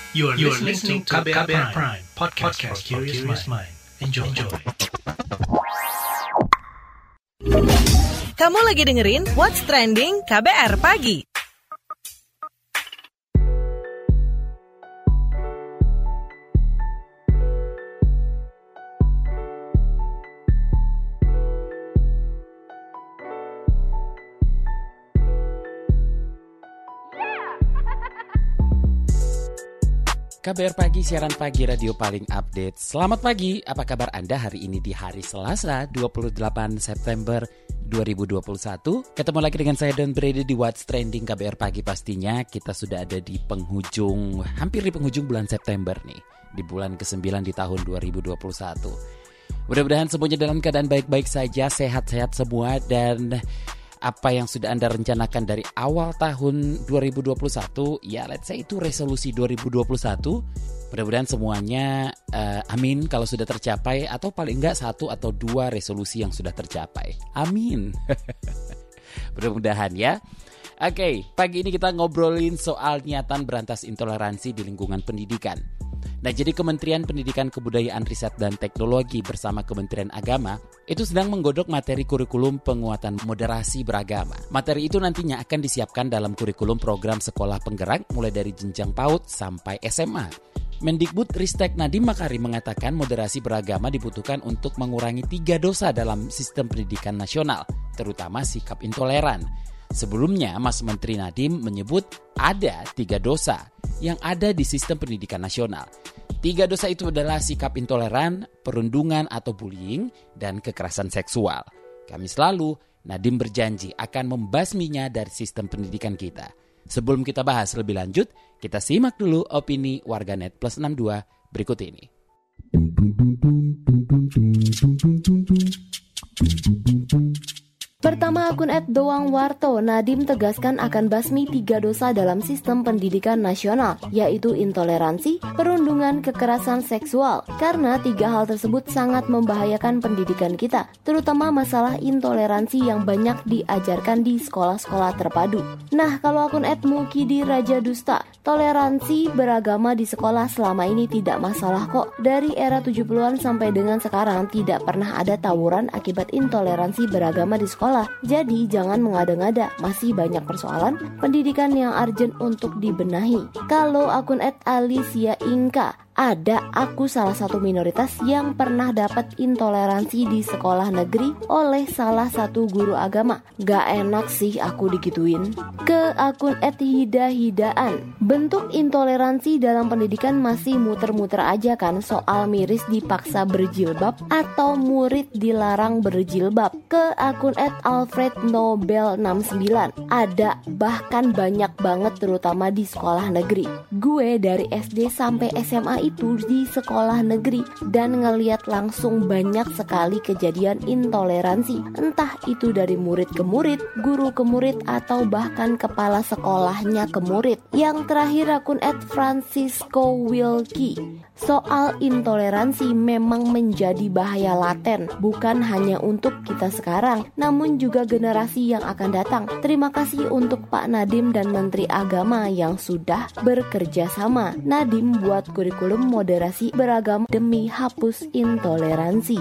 You are listening to KBR Prime, podcast for curious mind. Enjoy. Kamu lagi dengerin What's Trending KBR Pagi. KBR Pagi, siaran pagi radio paling update. Selamat pagi, apa kabar Anda hari ini di hari Selasa 28 September 2021? Ketemu lagi dengan saya Don Brady di What's Trending KBR Pagi. Pastinya kita sudah ada di penghujung, hampir di penghujung bulan September nih, di bulan ke-9 di tahun 2021. Mudah-mudahan semuanya dalam keadaan baik-baik saja, sehat-sehat semua, dan apa yang sudah Anda rencanakan dari awal tahun 2021, ya let's say itu resolusi 2021, mudah-mudahan semuanya amin kalau sudah tercapai, atau paling enggak 1 atau 2 resolusi yang sudah tercapai. Amin. Mudah-mudahan ya. Oke, pagi ini kita ngobrolin soal niatan berantas intoleransi di lingkungan pendidikan. Nah, jadi Kementerian Pendidikan Kebudayaan Riset dan Teknologi bersama Kementerian Agama itu sedang menggodok materi kurikulum penguatan moderasi beragama. Materi itu nantinya akan disiapkan dalam kurikulum program sekolah penggerak mulai dari jenjang PAUD sampai SMA. Mendikbud Ristek Nadiem Makarim mengatakan moderasi beragama dibutuhkan untuk mengurangi 3 dosa dalam sistem pendidikan nasional, terutama sikap intoleran. Sebelumnya, Mas Menteri Nadiem menyebut ada 3 dosa yang ada di sistem pendidikan nasional. 3 dosa itu adalah sikap intoleran, perundungan atau bullying, dan kekerasan seksual. Kamis lalu, Nadiem berjanji akan membasminya dari sistem pendidikan kita. Sebelum kita bahas lebih lanjut, kita simak dulu opini warganet plus 62 berikut ini. Pertama, akun @doangwarto, Nadiem tegaskan akan basmi 3 dosa dalam sistem pendidikan nasional, yaitu intoleransi, perundungan, kekerasan seksual. Karena 3 hal tersebut sangat membahayakan pendidikan kita, terutama masalah intoleransi yang banyak diajarkan di sekolah-sekolah terpadu. Nah, kalau akun @mukidi Raja Dusta, toleransi beragama di sekolah selama ini tidak masalah kok. Dari era 70-an sampai dengan sekarang tidak pernah ada tawuran akibat intoleransi beragama di sekolah. Jadi jangan mengada-ngada, masih banyak persoalan pendidikan yang urgent untuk dibenahi. Kalau akun @Alicia Inka, aku salah satu minoritas yang pernah dapat intoleransi di sekolah negeri oleh salah satu guru agama. Gak enak sih aku digituin. Ke akun @hidahidaan, bentuk intoleransi dalam pendidikan masih muter-muter aja kan, soal miris dipaksa berjilbab atau murid dilarang berjilbab. Ke akun @alfrednobel69, ada bahkan banyak banget terutama di sekolah negeri. Gue dari SD sampai SMA itu di sekolah negeri dan ngeliat langsung banyak sekali kejadian intoleransi, entah itu dari murid ke murid, guru ke murid, atau bahkan kepala sekolahnya ke murid. Yang terakhir akun @Francisco Wilkie, soal intoleransi memang menjadi bahaya laten, bukan hanya untuk kita sekarang, namun juga generasi yang akan datang. Terima kasih untuk Pak Nadiem dan Menteri Agama yang sudah bekerja sama. Nadiem buat kurikulum moderasi beragama demi hapus intoleransi.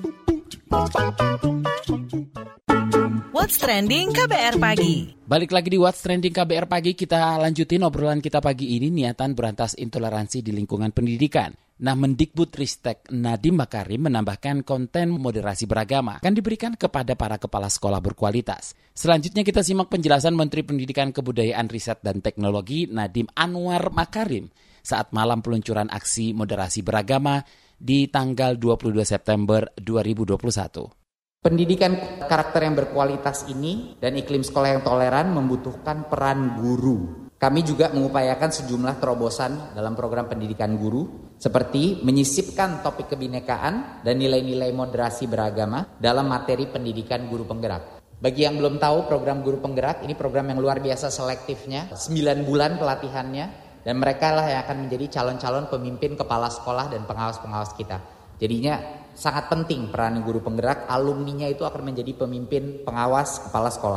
What's Trending KBR Pagi. Balik lagi di What's Trending KBR Pagi, kita lanjutin obrolan kita pagi ini, niatan berantas intoleransi di lingkungan pendidikan. Nah, Mendikbud Ristek Nadiem Makarim menambahkan konten moderasi beragama akan diberikan kepada para kepala sekolah berkualitas. Selanjutnya kita simak penjelasan Menteri Pendidikan Kebudayaan Riset dan Teknologi Nadiem Anwar Makarim saat malam peluncuran aksi moderasi beragama di tanggal 22 September 2021. Pendidikan karakter yang berkualitas ini dan iklim sekolah yang toleran membutuhkan peran guru. Kami juga mengupayakan sejumlah terobosan dalam program pendidikan guru, seperti menyisipkan topik kebinekaan dan nilai-nilai moderasi beragama dalam materi pendidikan guru penggerak. Bagi yang belum tahu, program guru penggerak ini program yang luar biasa selektifnya, 9 bulan pelatihannya, dan mereka lah yang akan menjadi calon-calon pemimpin kepala sekolah dan pengawas-pengawas kita. Jadinya sangat penting peran guru penggerak, alumninya itu akan menjadi pemimpin pengawas kepala sekolah.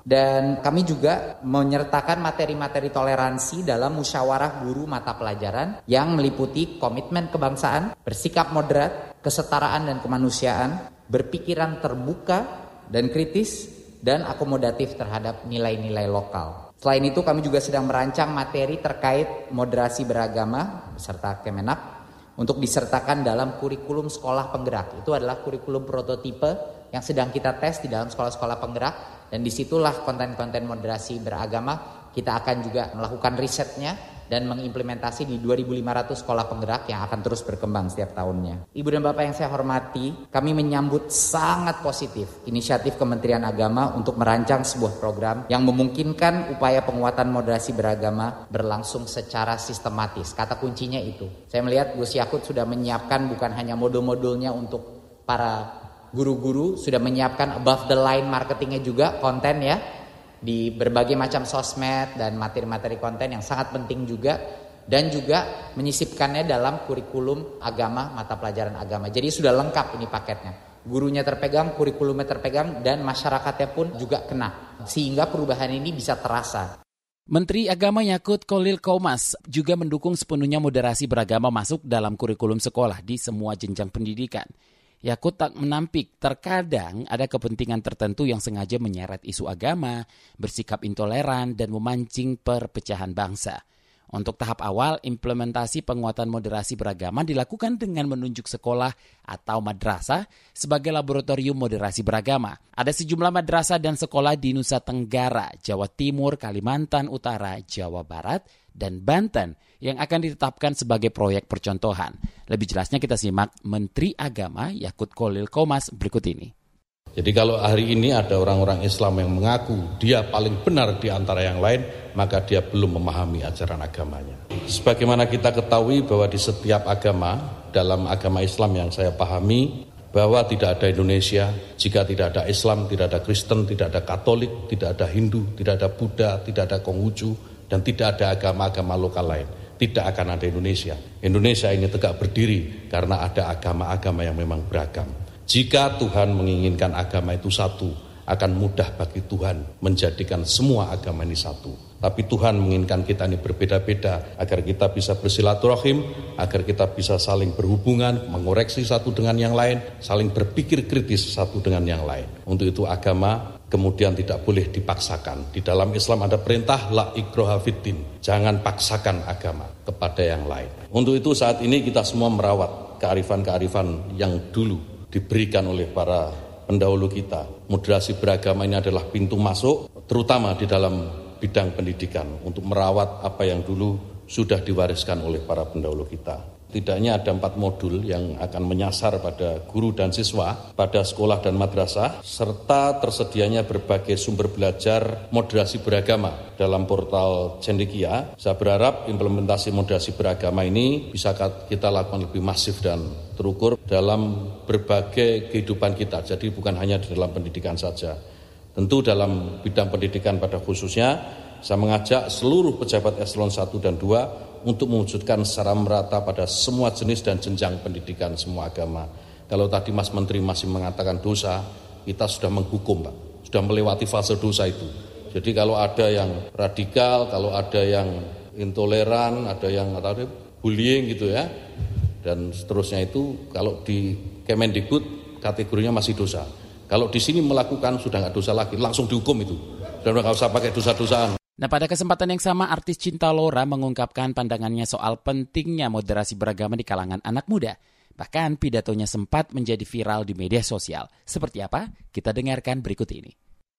Dan kami juga menyertakan materi-materi toleransi dalam musyawarah guru mata pelajaran yang meliputi komitmen kebangsaan, bersikap moderat, kesetaraan dan kemanusiaan, berpikiran terbuka dan kritis, dan akomodatif terhadap nilai-nilai lokal. Selain itu kami juga sedang merancang materi terkait moderasi beragama beserta Kemenak untuk disertakan dalam kurikulum sekolah penggerak. Itu adalah kurikulum prototipe yang sedang kita tes di dalam sekolah-sekolah penggerak. Dan disitulah konten-konten moderasi beragama kita akan juga melakukan risetnya dan mengimplementasi di 2.500 sekolah penggerak yang akan terus berkembang setiap tahunnya. Ibu dan Bapak yang saya hormati, kami menyambut sangat positif inisiatif Kementerian Agama untuk merancang sebuah program yang memungkinkan upaya penguatan moderasi beragama berlangsung secara sistematis. Kata kuncinya itu. Saya melihat Gus Yakut sudah menyiapkan bukan hanya modul-modulnya untuk para guru-guru, sudah menyiapkan above the line marketingnya juga, konten ya, di berbagai macam sosmed dan materi-materi konten yang sangat penting juga, dan juga menyisipkannya dalam kurikulum agama, mata pelajaran agama. Jadi sudah lengkap ini paketnya. Gurunya terpegang, kurikulumnya terpegang, dan masyarakatnya pun juga kena, sehingga perubahan ini bisa terasa. Menteri Agama Yakut Khalil Qomas juga mendukung sepenuhnya moderasi beragama masuk dalam kurikulum sekolah di semua jenjang pendidikan. Yakut tak menampik, terkadang ada kepentingan tertentu yang sengaja menyeret isu agama, bersikap intoleran, dan memancing perpecahan bangsa. Untuk tahap awal, implementasi penguatan moderasi beragama dilakukan dengan menunjuk sekolah atau madrasah sebagai laboratorium moderasi beragama. Ada sejumlah madrasah dan sekolah di Nusa Tenggara, Jawa Timur, Kalimantan Utara, Jawa Barat, dan Banten yang akan ditetapkan sebagai proyek percontohan. Lebih jelasnya kita simak Menteri Agama Yakut Khalil Qomas berikut ini. Jadi kalau hari ini ada orang-orang Islam yang mengaku dia paling benar di antara yang lain, maka dia belum memahami ajaran agamanya. Sebagaimana kita ketahui bahwa di setiap agama, dalam agama Islam yang saya pahami, bahwa tidak ada Indonesia jika tidak ada Islam, tidak ada Kristen, tidak ada Katolik, tidak ada Hindu, tidak ada Buddha, tidak ada Konghucu, dan tidak ada agama-agama lokal lain. Tidak akan ada Indonesia. Indonesia ini tegak berdiri karena ada agama-agama yang memang beragam. Jika Tuhan menginginkan agama itu satu, akan mudah bagi Tuhan menjadikan semua agama ini satu. Tapi Tuhan menginginkan kita ini berbeda-beda agar kita bisa bersilaturahim, agar kita bisa saling berhubungan, mengoreksi satu dengan yang lain, saling berpikir kritis satu dengan yang lain. Untuk itu agama kemudian tidak boleh dipaksakan. Di dalam Islam ada perintah la ikraha fiddin, jangan paksakan agama kepada yang lain. Untuk itu saat ini kita semua merawat kearifan-kearifan yang dulu diberikan oleh para pendahulu kita. Moderasi beragama ini adalah pintu masuk, terutama di dalam bidang pendidikan, untuk merawat apa yang dulu sudah diwariskan oleh para pendahulu kita. Tidaknya ada 4 modul yang akan menyasar pada guru dan siswa pada sekolah dan madrasah, serta tersedianya berbagai sumber belajar moderasi beragama dalam portal Cendekia. Saya berharap implementasi moderasi beragama ini bisa kita lakukan lebih masif dan terukur dalam berbagai kehidupan kita. Jadi bukan hanya di dalam pendidikan saja. Tentu dalam bidang pendidikan pada khususnya, saya mengajak seluruh pejabat eselon 1 dan 2 untuk mewujudkan secara merata pada semua jenis dan jenjang pendidikan semua agama. Kalau tadi Mas Menteri masih mengatakan dosa, kita sudah menghukum, Pak. Sudah melewati fase dosa itu. Jadi kalau ada yang radikal, kalau ada yang intoleran, ada yang bullying gitu ya, dan seterusnya itu kalau di Kemendikbud kategorinya masih dosa. Kalau di sini melakukan sudah nggak dosa lagi, langsung dihukum itu. Dan nggak usah pakai dosa-dosaan. Nah, pada kesempatan yang sama, artis Cinta Laura mengungkapkan pandangannya soal pentingnya moderasi beragama di kalangan anak muda. Bahkan pidatonya sempat menjadi viral di media sosial. Seperti apa? Kita dengarkan berikut ini.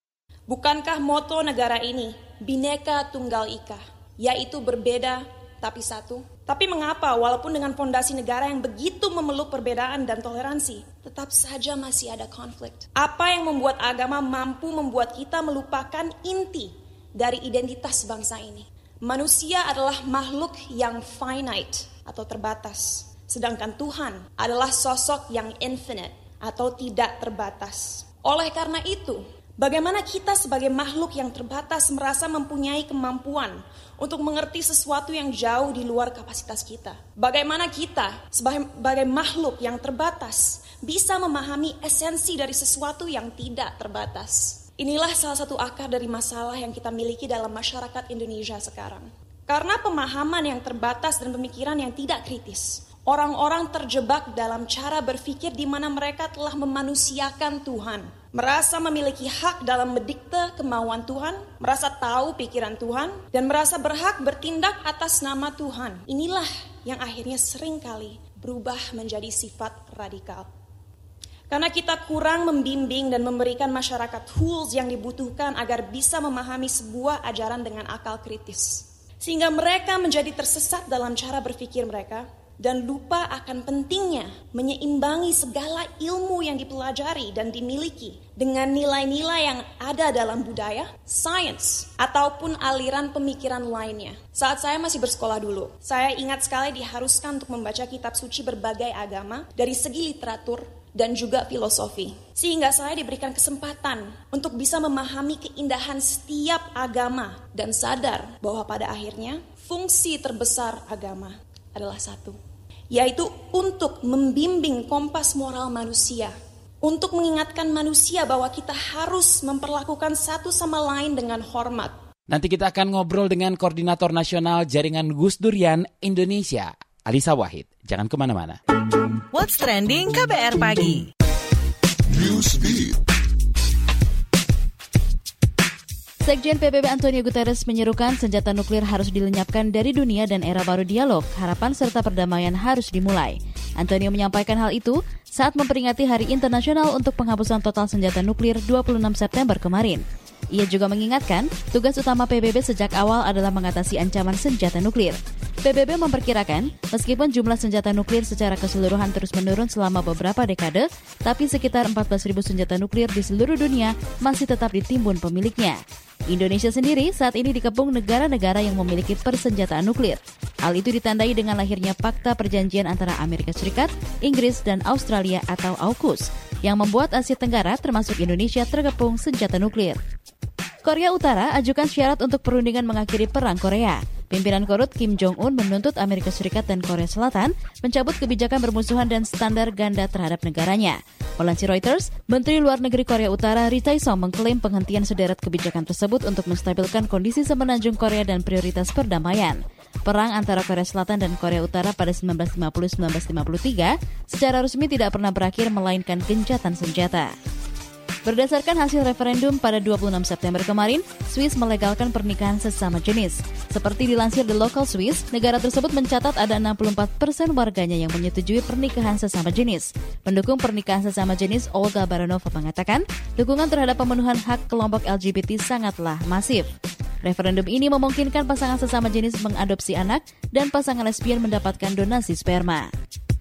Bukankah moto negara ini Bhinneka Tunggal Ika, yaitu berbeda tapi satu? Tapi mengapa walaupun dengan fondasi negara yang begitu memeluk perbedaan dan toleransi, tetap saja masih ada konflik? Apa yang membuat agama mampu membuat kita melupakan inti dari identitas bangsa ini? Manusia adalah makhluk yang finite atau terbatas, sedangkan Tuhan adalah sosok yang infinite atau tidak terbatas. Oleh karena itu, bagaimana kita sebagai makhluk yang terbatas merasa mempunyai kemampuan untuk mengerti sesuatu yang jauh di luar kapasitas kita? Bagaimana kita sebagai makhluk yang terbatas bisa memahami esensi dari sesuatu yang tidak terbatas? Inilah salah satu akar dari masalah yang kita miliki dalam masyarakat Indonesia sekarang. Karena pemahaman yang terbatas dan pemikiran yang tidak kritis, orang-orang terjebak dalam cara berpikir di mana mereka telah memanusiakan Tuhan, merasa memiliki hak dalam mendikte kemauan Tuhan, merasa tahu pikiran Tuhan, dan merasa berhak bertindak atas nama Tuhan. Inilah yang akhirnya seringkali berubah menjadi sifat radikal. Karena kita kurang membimbing dan memberikan masyarakat tools yang dibutuhkan agar bisa memahami sebuah ajaran dengan akal kritis. Sehingga mereka menjadi tersesat dalam cara berpikir mereka dan lupa akan pentingnya menyeimbangi segala ilmu yang dipelajari dan dimiliki dengan nilai-nilai yang ada dalam budaya, sains, ataupun aliran pemikiran lainnya. Saat saya masih bersekolah dulu, saya ingat sekali diharuskan untuk membaca kitab suci berbagai agama dari segi literatur dan juga filosofi. Sehingga saya diberikan kesempatan untuk bisa memahami keindahan setiap agama dan sadar bahwa pada akhirnya fungsi terbesar agama adalah satu, yaitu untuk membimbing kompas moral manusia, untuk mengingatkan manusia bahwa kita harus memperlakukan satu sama lain dengan hormat. Nanti kita akan ngobrol dengan Koordinator Nasional Jaringan Gus Durian Indonesia, Alisa Wahid. Jangan kemana-mana. What's Trending KBR Pagi. Sekjen PBB Antonio Guterres menyerukan senjata nuklir harus dilenyapkan dari dunia dan era baru dialog, harapan serta perdamaian harus dimulai. Antonio menyampaikan hal itu saat memperingati Hari Internasional untuk Penghapusan Total Senjata Nuklir 26 September kemarin. Ia juga mengingatkan tugas utama PBB sejak awal adalah mengatasi ancaman senjata nuklir. PBB memperkirakan meskipun jumlah senjata nuklir secara keseluruhan terus menurun selama beberapa dekade, tapi sekitar 14.000 senjata nuklir di seluruh dunia masih tetap ditimbun pemiliknya. Indonesia sendiri saat ini dikepung negara-negara yang memiliki persenjataan nuklir. Hal itu ditandai dengan lahirnya Fakta Perjanjian antara Amerika Serikat, Inggris, dan Australia atau AUKUS, yang membuat Asia Tenggara termasuk Indonesia terkepung senjata nuklir. Korea Utara ajukan syarat untuk perundingan mengakhiri Perang Korea. Pimpinan Korut Kim Jong-un menuntut Amerika Serikat dan Korea Selatan mencabut kebijakan bermusuhan dan standar ganda terhadap negaranya. Melansir Reuters, Menteri Luar Negeri Korea Utara Ri Tae-song mengklaim penghentian sederet kebijakan tersebut untuk menstabilkan kondisi semenanjung Korea dan prioritas perdamaian. Perang antara Korea Selatan dan Korea Utara pada 1950-1953 secara resmi tidak pernah berakhir melainkan gencatan senjata. Berdasarkan hasil referendum pada 26 September kemarin, Swiss melegalkan pernikahan sesama jenis. Seperti dilansir The Local Swiss, negara tersebut mencatat ada 64% warganya yang menyetujui pernikahan sesama jenis. Pendukung pernikahan sesama jenis Olga Baranova mengatakan, dukungan terhadap pemenuhan hak kelompok LGBT sangatlah masif. Referendum ini memungkinkan pasangan sesama jenis mengadopsi anak dan pasangan lesbian mendapatkan donasi sperma.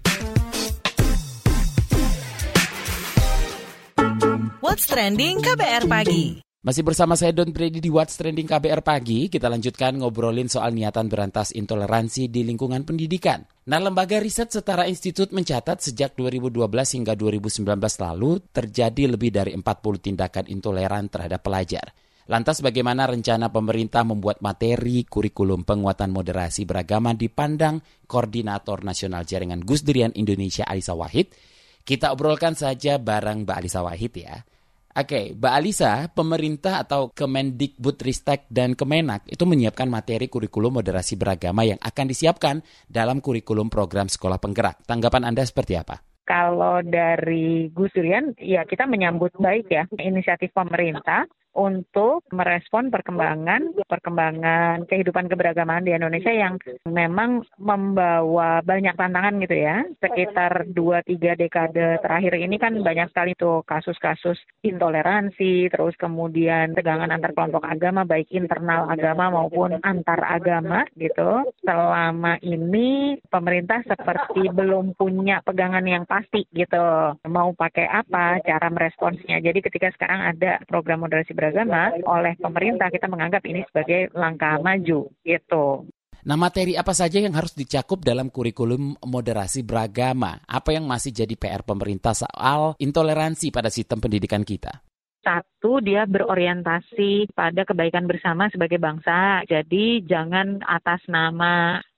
What's Trending KBR Pagi. Masih bersama saya Don Brady di What's Trending KBR Pagi, kita lanjutkan ngobrolin soal niatan berantas intoleransi di lingkungan pendidikan. Nah, lembaga riset Setara Institut mencatat sejak 2012 hingga 2019 lalu terjadi lebih dari 40 tindakan intoleran terhadap pelajar. Lantas bagaimana rencana pemerintah membuat materi kurikulum penguatan moderasi beragama dipandang Koordinator Nasional Jaringan Gus Durian Indonesia Alisa Wahid? Kita obrolkan saja bareng Mbak Alisa Wahid ya. Oke, Mbak Alisa, pemerintah atau Kemendikbudristek dan Kemenak itu menyiapkan materi kurikulum moderasi beragama yang akan disiapkan dalam kurikulum program sekolah penggerak. Tanggapan Anda seperti apa? Kalau dari Gus Durian, ya kita menyambut baik ya inisiatif pemerintah untuk merespon perkembangan kehidupan keberagamaan di Indonesia yang memang membawa banyak tantangan gitu ya. Sekitar 2-3 dekade terakhir ini kan banyak sekali tuh kasus-kasus intoleransi, terus kemudian tegangan antar kelompok agama, baik internal agama maupun antar agama gitu. Selama ini pemerintah seperti belum punya pegangan yang pasti gitu. Mau pakai apa cara meresponsnya. Jadi ketika sekarang ada program moderasi beragama oleh pemerintah, kita menganggap ini sebagai langkah maju gitu. Nah, materi apa saja yang harus dicakup dalam kurikulum moderasi beragama? Apa yang masih jadi PR pemerintah soal intoleransi pada sistem pendidikan kita? Satu, dia berorientasi pada kebaikan bersama sebagai bangsa. Jadi jangan atas nama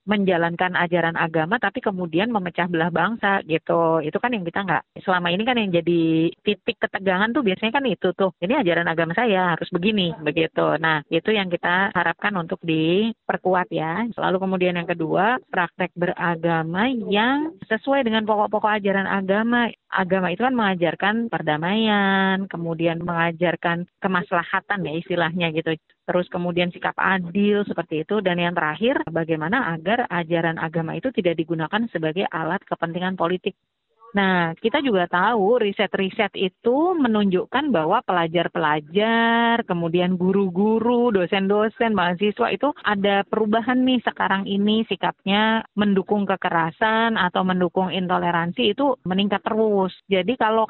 menjalankan ajaran agama tapi kemudian memecah belah bangsa gitu. Itu kan yang kita nggak, selama ini kan yang jadi titik ketegangan tuh biasanya kan itu tuh, ini ajaran agama saya harus begini, begitu. Nah, itu yang kita harapkan untuk diperkuat ya. Lalu kemudian yang kedua, praktek beragama yang sesuai dengan pokok-pokok ajaran agama. Agama itu kan mengajarkan perdamaian, kemudian mengajarkan kemaslahatan ya istilahnya gitu. Terus kemudian sikap adil seperti itu. Dan yang terakhir, bagaimana agar ajaran agama itu tidak digunakan sebagai alat kepentingan politik. Nah, kita juga tahu riset-riset itu menunjukkan bahwa pelajar-pelajar, kemudian guru-guru, dosen-dosen, mahasiswa itu ada perubahan nih sekarang ini sikapnya mendukung kekerasan atau mendukung intoleransi itu meningkat terus. Jadi kalau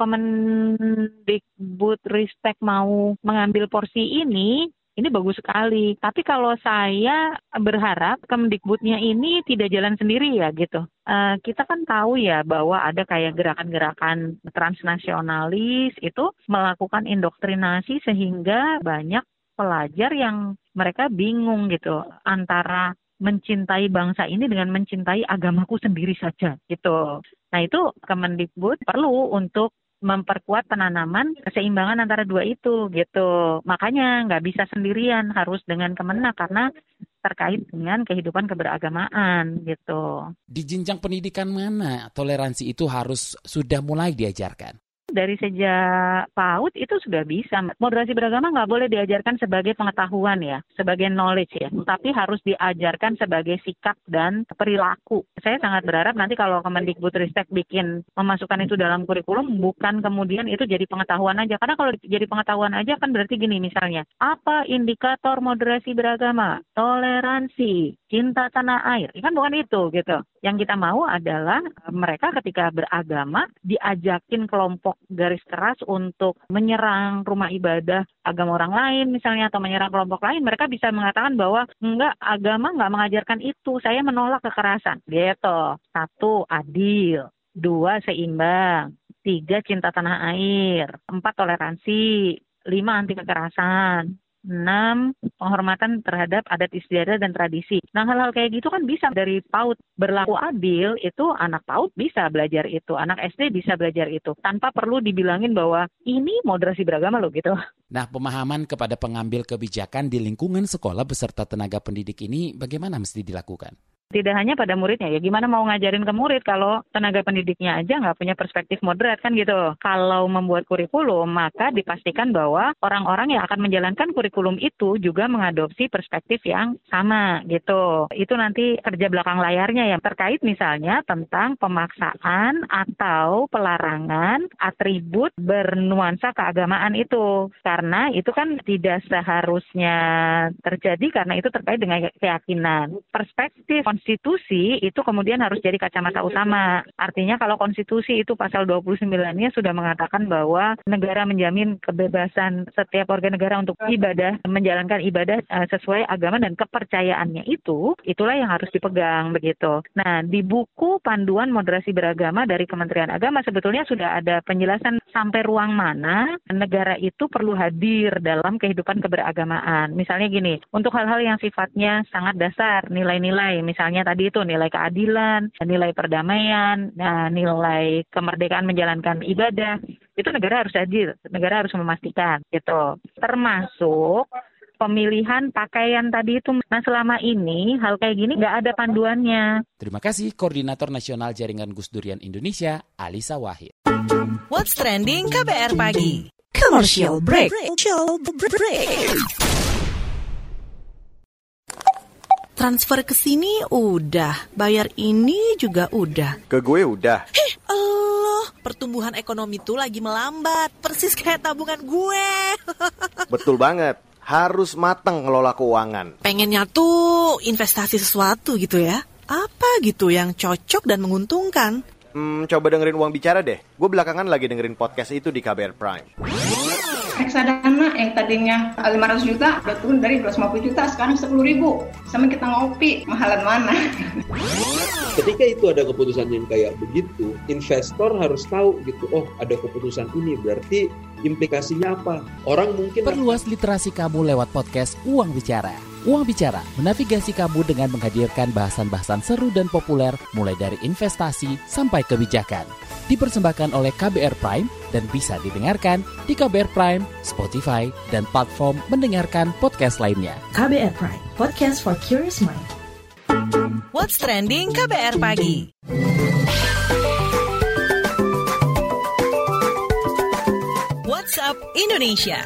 Kemendikbudristek mau mengambil porsi ini bagus sekali. Tapi kalau saya berharap Kemendikbudnya ini tidak jalan sendiri ya gitu. Kita kan tahu ya bahwa ada kayak gerakan-gerakan transnasionalis itu melakukan indoktrinasi sehingga banyak pelajar yang mereka bingung gitu antara mencintai bangsa ini dengan mencintai agamaku sendiri saja gitu. Nah itu Kemendikbud perlu untuk memperkuat penanaman keseimbangan antara dua itu gitu. Makanya nggak bisa sendirian, harus dengan Kemenak karena terkait dengan kehidupan keberagamaan gitu. Di jenjang pendidikan mana toleransi itu harus sudah mulai diajarkan? Dari sejak PAUD itu sudah bisa. Moderasi beragama nggak boleh diajarkan sebagai pengetahuan ya, sebagai knowledge ya, tapi harus diajarkan sebagai sikap dan perilaku. Saya sangat berharap nanti kalau Kemendikbudristek memasukkan itu dalam kurikulum, bukan kemudian itu jadi pengetahuan aja. Karena kalau jadi pengetahuan aja kan berarti gini misalnya, apa indikator moderasi beragama? Toleransi, cinta tanah air. Kan bukan itu gitu. Yang kita mau adalah mereka ketika beragama diajakin kelompok garis keras untuk menyerang rumah ibadah agama orang lain misalnya atau menyerang kelompok lain, mereka bisa mengatakan bahwa enggak, agama enggak mengajarkan itu, saya menolak kekerasan gitu. 1, adil. 2, seimbang. 3, cinta tanah air. 4, toleransi. 5, anti kekerasan. 6, penghormatan terhadap adat istiadat dan tradisi. Nah, hal-hal kayak gitu kan bisa dari PAUD. Berlaku adil itu anak PAUD bisa belajar itu, anak SD bisa belajar itu, tanpa perlu dibilangin bahwa ini moderasi beragama loh gitu. Nah, pemahaman kepada pengambil kebijakan di lingkungan sekolah beserta tenaga pendidik ini bagaimana mesti dilakukan? Tidak hanya pada muridnya ya, gimana mau ngajarin ke murid kalau tenaga pendidiknya aja nggak punya perspektif moderat kan gitu. Kalau membuat kurikulum, maka dipastikan bahwa orang-orang yang akan menjalankan kurikulum itu juga mengadopsi perspektif yang sama gitu. Itu nanti kerja belakang layarnya yang terkait misalnya tentang pemaksaan atau pelarangan atribut bernuansa keagamaan itu. Karena itu kan tidak seharusnya terjadi karena itu terkait dengan keyakinan. Perspektif konstitusi itu kemudian harus jadi kacamata utama. Artinya kalau konstitusi itu pasal 29-nya sudah mengatakan bahwa negara menjamin kebebasan setiap warga negara untuk ibadah, menjalankan ibadah sesuai agama dan kepercayaannya itulah yang harus dipegang begitu. Nah, di buku panduan moderasi beragama dari Kementerian Agama sebetulnya sudah ada penjelasan sampai ruang mana negara itu perlu hadir dalam kehidupan keberagamaan. Misalnya gini, untuk hal-hal yang sifatnya sangat dasar, nilai-nilai, misalnya tadi itu nilai keadilan, nilai perdamaian, nilai kemerdekaan menjalankan ibadah, itu negara harus hadir, negara harus memastikan gitu. Termasuk pemilihan pakaian tadi itu. Nah, selama ini hal kayak gini nggak ada panduannya. Terima kasih Koordinator Nasional Jaringan Gus Durian Indonesia, Alisa Wahid. What's Trending KBR Pagi. Commercial break. Transfer ke sini udah, bayar ini juga udah. Ke gue udah. Allah, pertumbuhan ekonomi tuh lagi melambat, persis kayak tabungan gue. Betul banget, harus matang ngelola keuangan. Pengennya tuh investasi sesuatu gitu ya. Apa gitu yang cocok dan menguntungkan? Coba dengerin Uang Bicara deh. Gue belakangan lagi dengerin podcast itu di KBR Prime. Reksadana yang tadinya 500 juta udah turun dari 250 juta sekarang 10.000. Sama kita ngopi, mahalan mana? Ketika itu ada keputusan yang kayak begitu, investor harus tahu gitu, oh ada keputusan ini berarti implikasinya apa. Orang mungkin perluas literasi kamu lewat podcast Uang Bicara. Uang Bicara menavigasi kamu dengan menghadirkan bahasan-bahasan seru dan populer mulai dari investasi sampai kebijakan. Dipersembahkan oleh KBR Prime dan bisa didengarkan di KBR Prime, Spotify, dan platform mendengarkan podcast lainnya. KBR Prime, podcast for curious mind. What's trending KBR Pagi? WhatsApp Indonesia.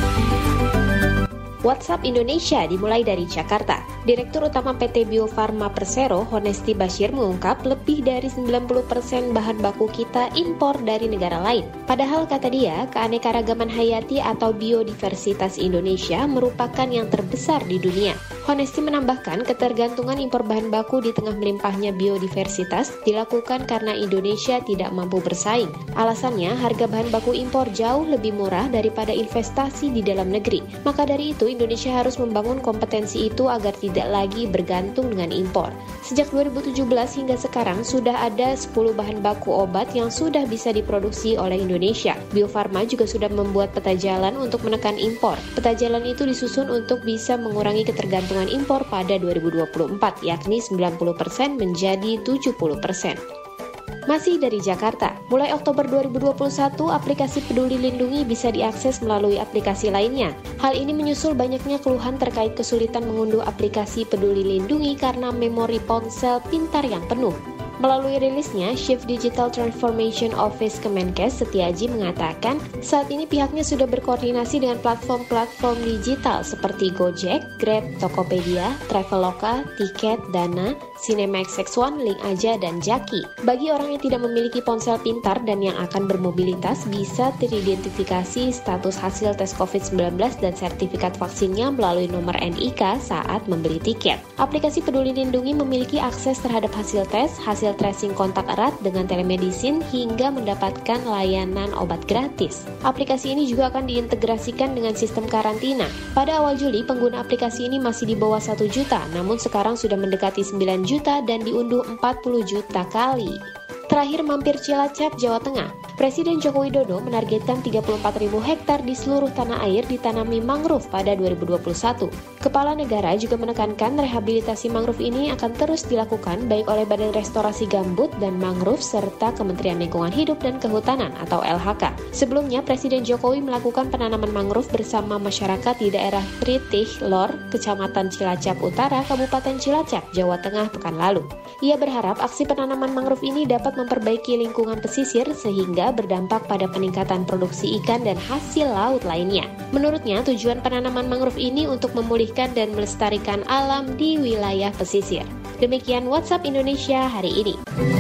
WhatsApp Indonesia dimulai dari Jakarta. Direktur Utama PT Bio Farma Persero, Honesti Bashir mengungkap lebih dari 90% bahan baku kita impor dari negara lain. Padahal kata dia, keanekaragaman hayati atau biodiversitas Indonesia merupakan yang terbesar di dunia. Honesti menambahkan ketergantungan impor bahan baku di tengah melimpahnya biodiversitas dilakukan karena Indonesia tidak mampu bersaing. Alasannya, harga bahan baku impor jauh lebih murah daripada investasi di dalam negeri. Maka dari itu, Indonesia harus membangun kompetensi itu agar tidak lagi bergantung dengan impor. Sejak 2017 hingga sekarang sudah ada 10 bahan baku obat yang sudah bisa diproduksi oleh Indonesia. Bio Farma juga sudah membuat peta jalan untuk menekan impor. Peta jalan itu disusun untuk bisa mengurangi ketergantungan impor pada 2024, yakni 90% menjadi 70%. Masih dari Jakarta, mulai Oktober 2021, aplikasi Peduli Lindungi bisa diakses melalui aplikasi lainnya. Hal ini menyusul banyaknya keluhan terkait kesulitan mengunduh aplikasi Peduli Lindungi karena memori ponsel pintar yang penuh. Melalui rilisnya, Chief Digital Transformation Office Kemenkes Setiaji mengatakan saat ini pihaknya sudah berkoordinasi dengan platform-platform digital seperti Gojek, Grab, Tokopedia, Traveloka, Tiket, Dana, Cinemax X1, Link Aja, dan Jaki. Bagi orang yang tidak memiliki ponsel pintar dan yang akan bermobilitas bisa teridentifikasi status hasil tes COVID-19 dan sertifikat vaksinnya melalui nomor NIK saat membeli tiket. Aplikasi Peduli Lindungi memiliki akses terhadap hasil tes, hasil tracing kontak erat dengan telemedicine hingga mendapatkan layanan obat gratis. Aplikasi ini juga akan diintegrasikan dengan sistem karantina. Pada awal Juli, pengguna aplikasi ini masih di bawah 1 juta, namun sekarang sudah mendekati 9 juta dan diunduh 40 juta kali. Terakhir mampir Cilacap, Jawa Tengah. Presiden Joko Widodo menargetkan 34.000 hektar di seluruh tanah air ditanami mangrove pada 2021. Kepala negara juga menekankan rehabilitasi mangrove ini akan terus dilakukan baik oleh Badan Restorasi Gambut dan Mangrove serta Kementerian Lingkungan Hidup dan Kehutanan atau LHK. Sebelumnya, Presiden Jokowi melakukan penanaman mangrove bersama masyarakat di daerah Tritih Lor, Kecamatan Cilacap Utara, Kabupaten Cilacap, Jawa Tengah pekan lalu. Ia berharap aksi penanaman mangrove ini dapat memperbaiki lingkungan pesisir sehingga berdampak pada peningkatan produksi ikan dan hasil laut lainnya. Menurutnya, tujuan penanaman mangrove ini untuk memulihkan dan melestarikan alam di wilayah pesisir. Demikian WhatsApp Indonesia hari ini.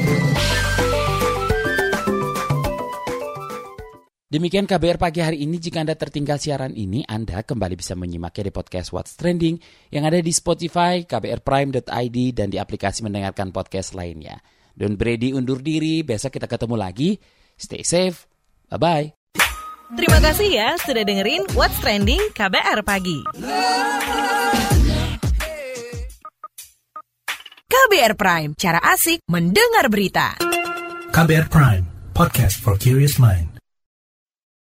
Demikian KBR Pagi hari ini. Jika Anda tertinggal siaran ini, Anda kembali bisa menyimaknya di podcast What's Trending yang ada di Spotify, kbrprime.id, dan di aplikasi mendengarkan podcast lainnya. Don Brady undur diri, besok kita ketemu lagi. Stay safe, bye-bye. Terima kasih ya sudah dengerin What's Trending KBR Pagi. KBR Prime, cara asik mendengar berita. KBR Prime, podcast for curious mind.